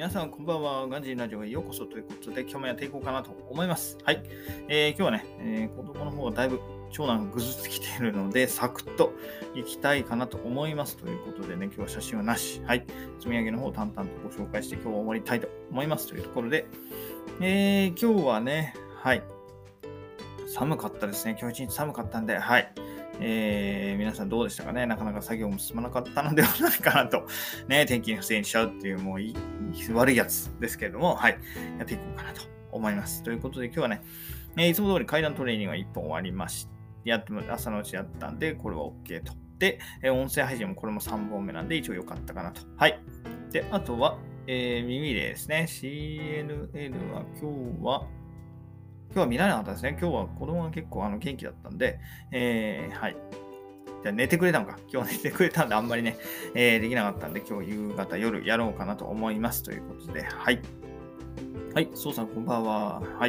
皆さんこんばんは。ガンジーラジオへようこそということで、今日もやっていこうかなと思います。はい。今日はね、子供の方がだいぶ長男がぐずってきているので、サクッといきたいかなと思いますということでね、今日は写真はなし。はい。積み上げの方を淡々とご紹介して今日は終わりたいと思いますというところで、今日はね、はい。寒かったですね。今日一日寒かったんで、はい。皆さんどうでしたかね。なかなか作業も進まなかったのではないかなと。ね、天気に不正にしちゃうっていう、もう悪いやつですけれども、はい。やっていこうかなと思います。ということで今日はね、いつも通り階段トレーニングが1本終わりまして、朝のうちやったんで、これは OK と。で、音声配信もこれも3本目なんで、一応良かったかなと。はい。で、あとは、耳ですね。CNN は今日は見られなかったですね。今日は子供が結構元気だったんで、はい。じゃあ寝てくれたのか。今日寝てくれたんであんまりね、できなかったんで、今日夕方、夜やろうかなと思いますということで、はい。はい、そうさんこんばんは。はい。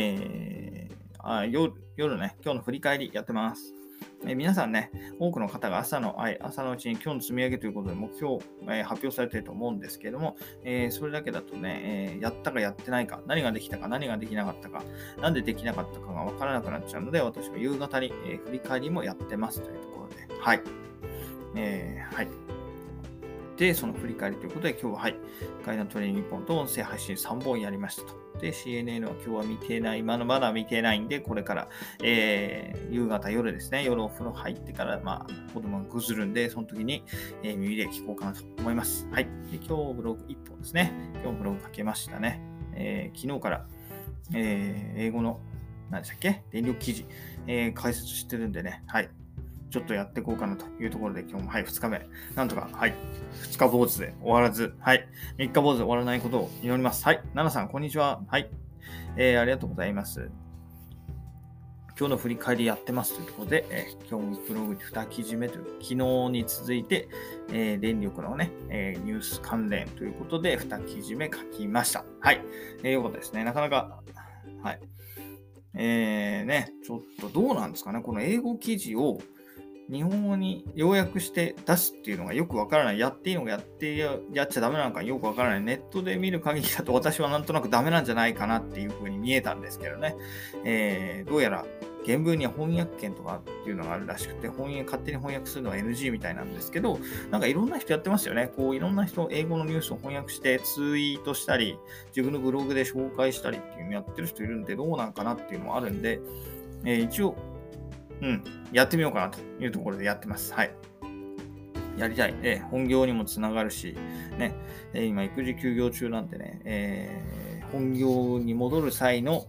夜ね、今日の振り返りやってます。皆さんね、多くの方が朝のうちに今日の積み上げということで目標、発表されていると思うんですけれども、それだけだとね、やったかやってないか、何ができたか何ができなかったか、なんでできなかったかがわからなくなっちゃうので、私は夕方に、振り返りもやってますというところで、はい。はい。で、その振り返りということで、今日は、はい、階段トレーニング1本と音声配信3本やりましたと。で、CNN は今日は見てない、まだ見てないんで、これから、夕方、夜ですね、夜お風呂入ってから、子供がぐずるんで、その時に、耳で聞こうかなと思います。はい。で、今日ブログ1本ですね。今日ブログ書けましたね。昨日から、英語の、何でしたっけ電力記事、解説してるんでね、はい。ちょっとやっていこうかなというところで、今日も、はい、2日目。なんとか、はい、2日坊主で終わらず、はい、3日坊主で終わらないことを祈ります。はい、奈々さん、こんにちは。はい、ありがとうございます。今日の振り返りやってますというところで、今日もブログ2記事目という、昨日に続いて、電力のね、ニュース関連ということで、2記事目書きました。はい、よかったですね。なかなか、はい。ね、ちょっとどうなんですかね。この英語記事を、日本語に要約して出すっていうのがよくわからない。やっていいのかやっちゃダメなのかよくわからない。ネットで見る限りだと私はなんとなくダメなんじゃないかなっていう風に見えたんですけどね。どうやら原文には翻訳権とかっていうのがあるらしくて、勝手に翻訳するのは NG みたいなんですけど、なんかいろんな人やってますよね。こういろんな人、英語のニュースを翻訳してツイートしたり、自分のブログで紹介したりっていうのやってる人いるんで、どうなんかなっていうのもあるんで、一応、やってみようかなというところでやってます。はい。やりたい。本業にもつながるし、ね、今、育児休業中なんでね、本業に戻る際の、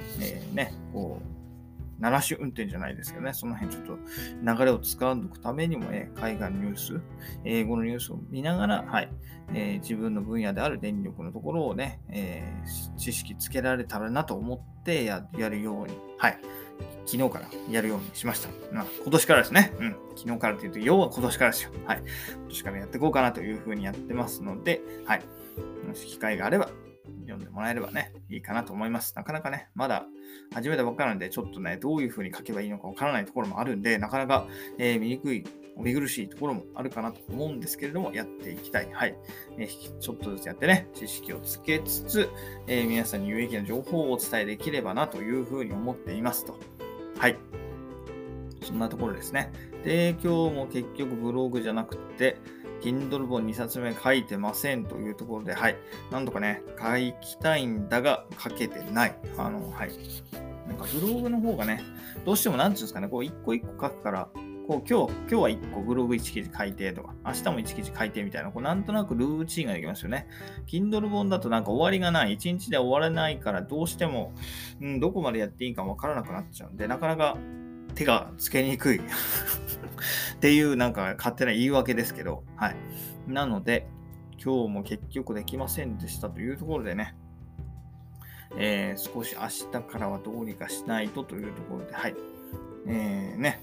鳴らし運転じゃないですけどね、その辺ちょっと流れを掴んでおくためにも、海外のニュース、英語のニュースを見ながら、はい、自分の分野である電力のところをね、知識つけられたらなと思ってやるように、はい、昨日からやるようにしました。今年からですね。昨日からというと、要は今年からですよ。はい。今年からやっていこうかなというふうにやってますので、はい。もし機会があれば、読んでもらえればね、いいかなと思います。なかなかね、まだ始めたばっかなんで、ちょっとね、どういうふうに書けばいいのかわからないところもあるんで、なかなか、見にくい、お見苦しいところもあるかなと思うんですけれども、やっていきたい。はい。ちょっとずつやってね、知識をつけつつ、皆さんに有益な情報をお伝えできればなというふうに思っていますと。はい。そんなところですね。で、今日も結局ブログじゃなくて、Kindle 本2冊目書いてませんというところで、はい。なんとかね、書きたいんだが書けてない。はい。なんかブログの方がね、どうしてもなんていうんですかね、こう一個一個書くから、こう今日は1個ブログ1記事書いてとか、明日も1記事書いてみたいな、こうなんとなくルーチンができますよね。Kindle 本だとなんか終わりがない、1日で終わらないからどうしても、どこまでやっていいかわからなくなっちゃうんで、なかなか手がつけにくいっていうなんか勝手な言い訳ですけど、はい。なので、今日も結局できませんでしたというところでね、少し明日からはどうにかしないとというところで、はい。ね、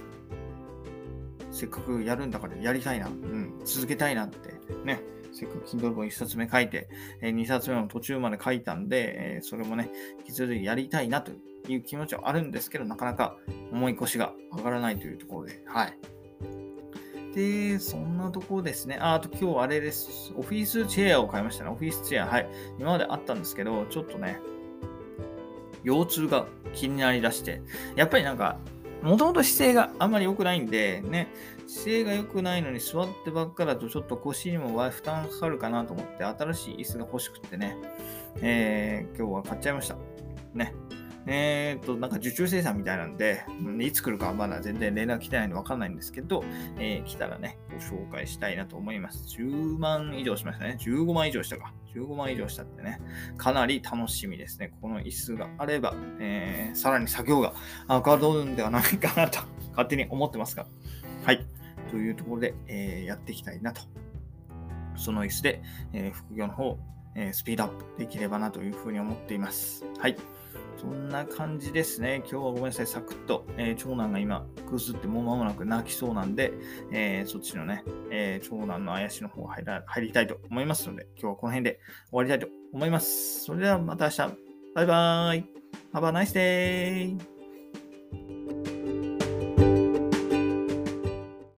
せっかくやるんだからやりたいな、続けたいなってね、せっかく Kindle 本1冊目書いて、2冊目の途中まで書いたんで、それもね、引き続きやりたいなという気持ちはあるんですけど、なかなか重い腰が上がらないというところで、はい。 で、そんなところですね。あと今日あれです。オフィスチェアを買いましたね。オフィスチェア。はい。今まであったんですけど、ちょっとね、腰痛が気になりだして、やっぱりなんか、もともと姿勢があんまり良くないんで、ね、姿勢が良くないのに座ってばっかだとちょっと腰にも負担かかるかなと思って、新しい椅子が欲しくってね、今日は買っちゃいました。ね。なんか受注生産みたいなんで、いつ来るかはまだ全然連絡来てないんでわかんないんですけど、来たらね、ご紹介したいなと思います。10万以上しましたね。15万以上したか。15万以上したってね、かなり楽しみですね。この椅子があれば、さらに作業が上がるんではないかなと、勝手に思ってますが。はい。というところで、やっていきたいなと。その椅子で、副業の方、スピードアップできればなというふうに思っています。はい。そんな感じですね。今日はごめんなさい、サクッと、長男が今、ぐずってもう間もなく泣きそうなんで、そっちのね、長男のあやしの方入りたいと思いますので、今日はこの辺で終わりたいと思います。それではまた明日。バイバーイ。Have a nice day!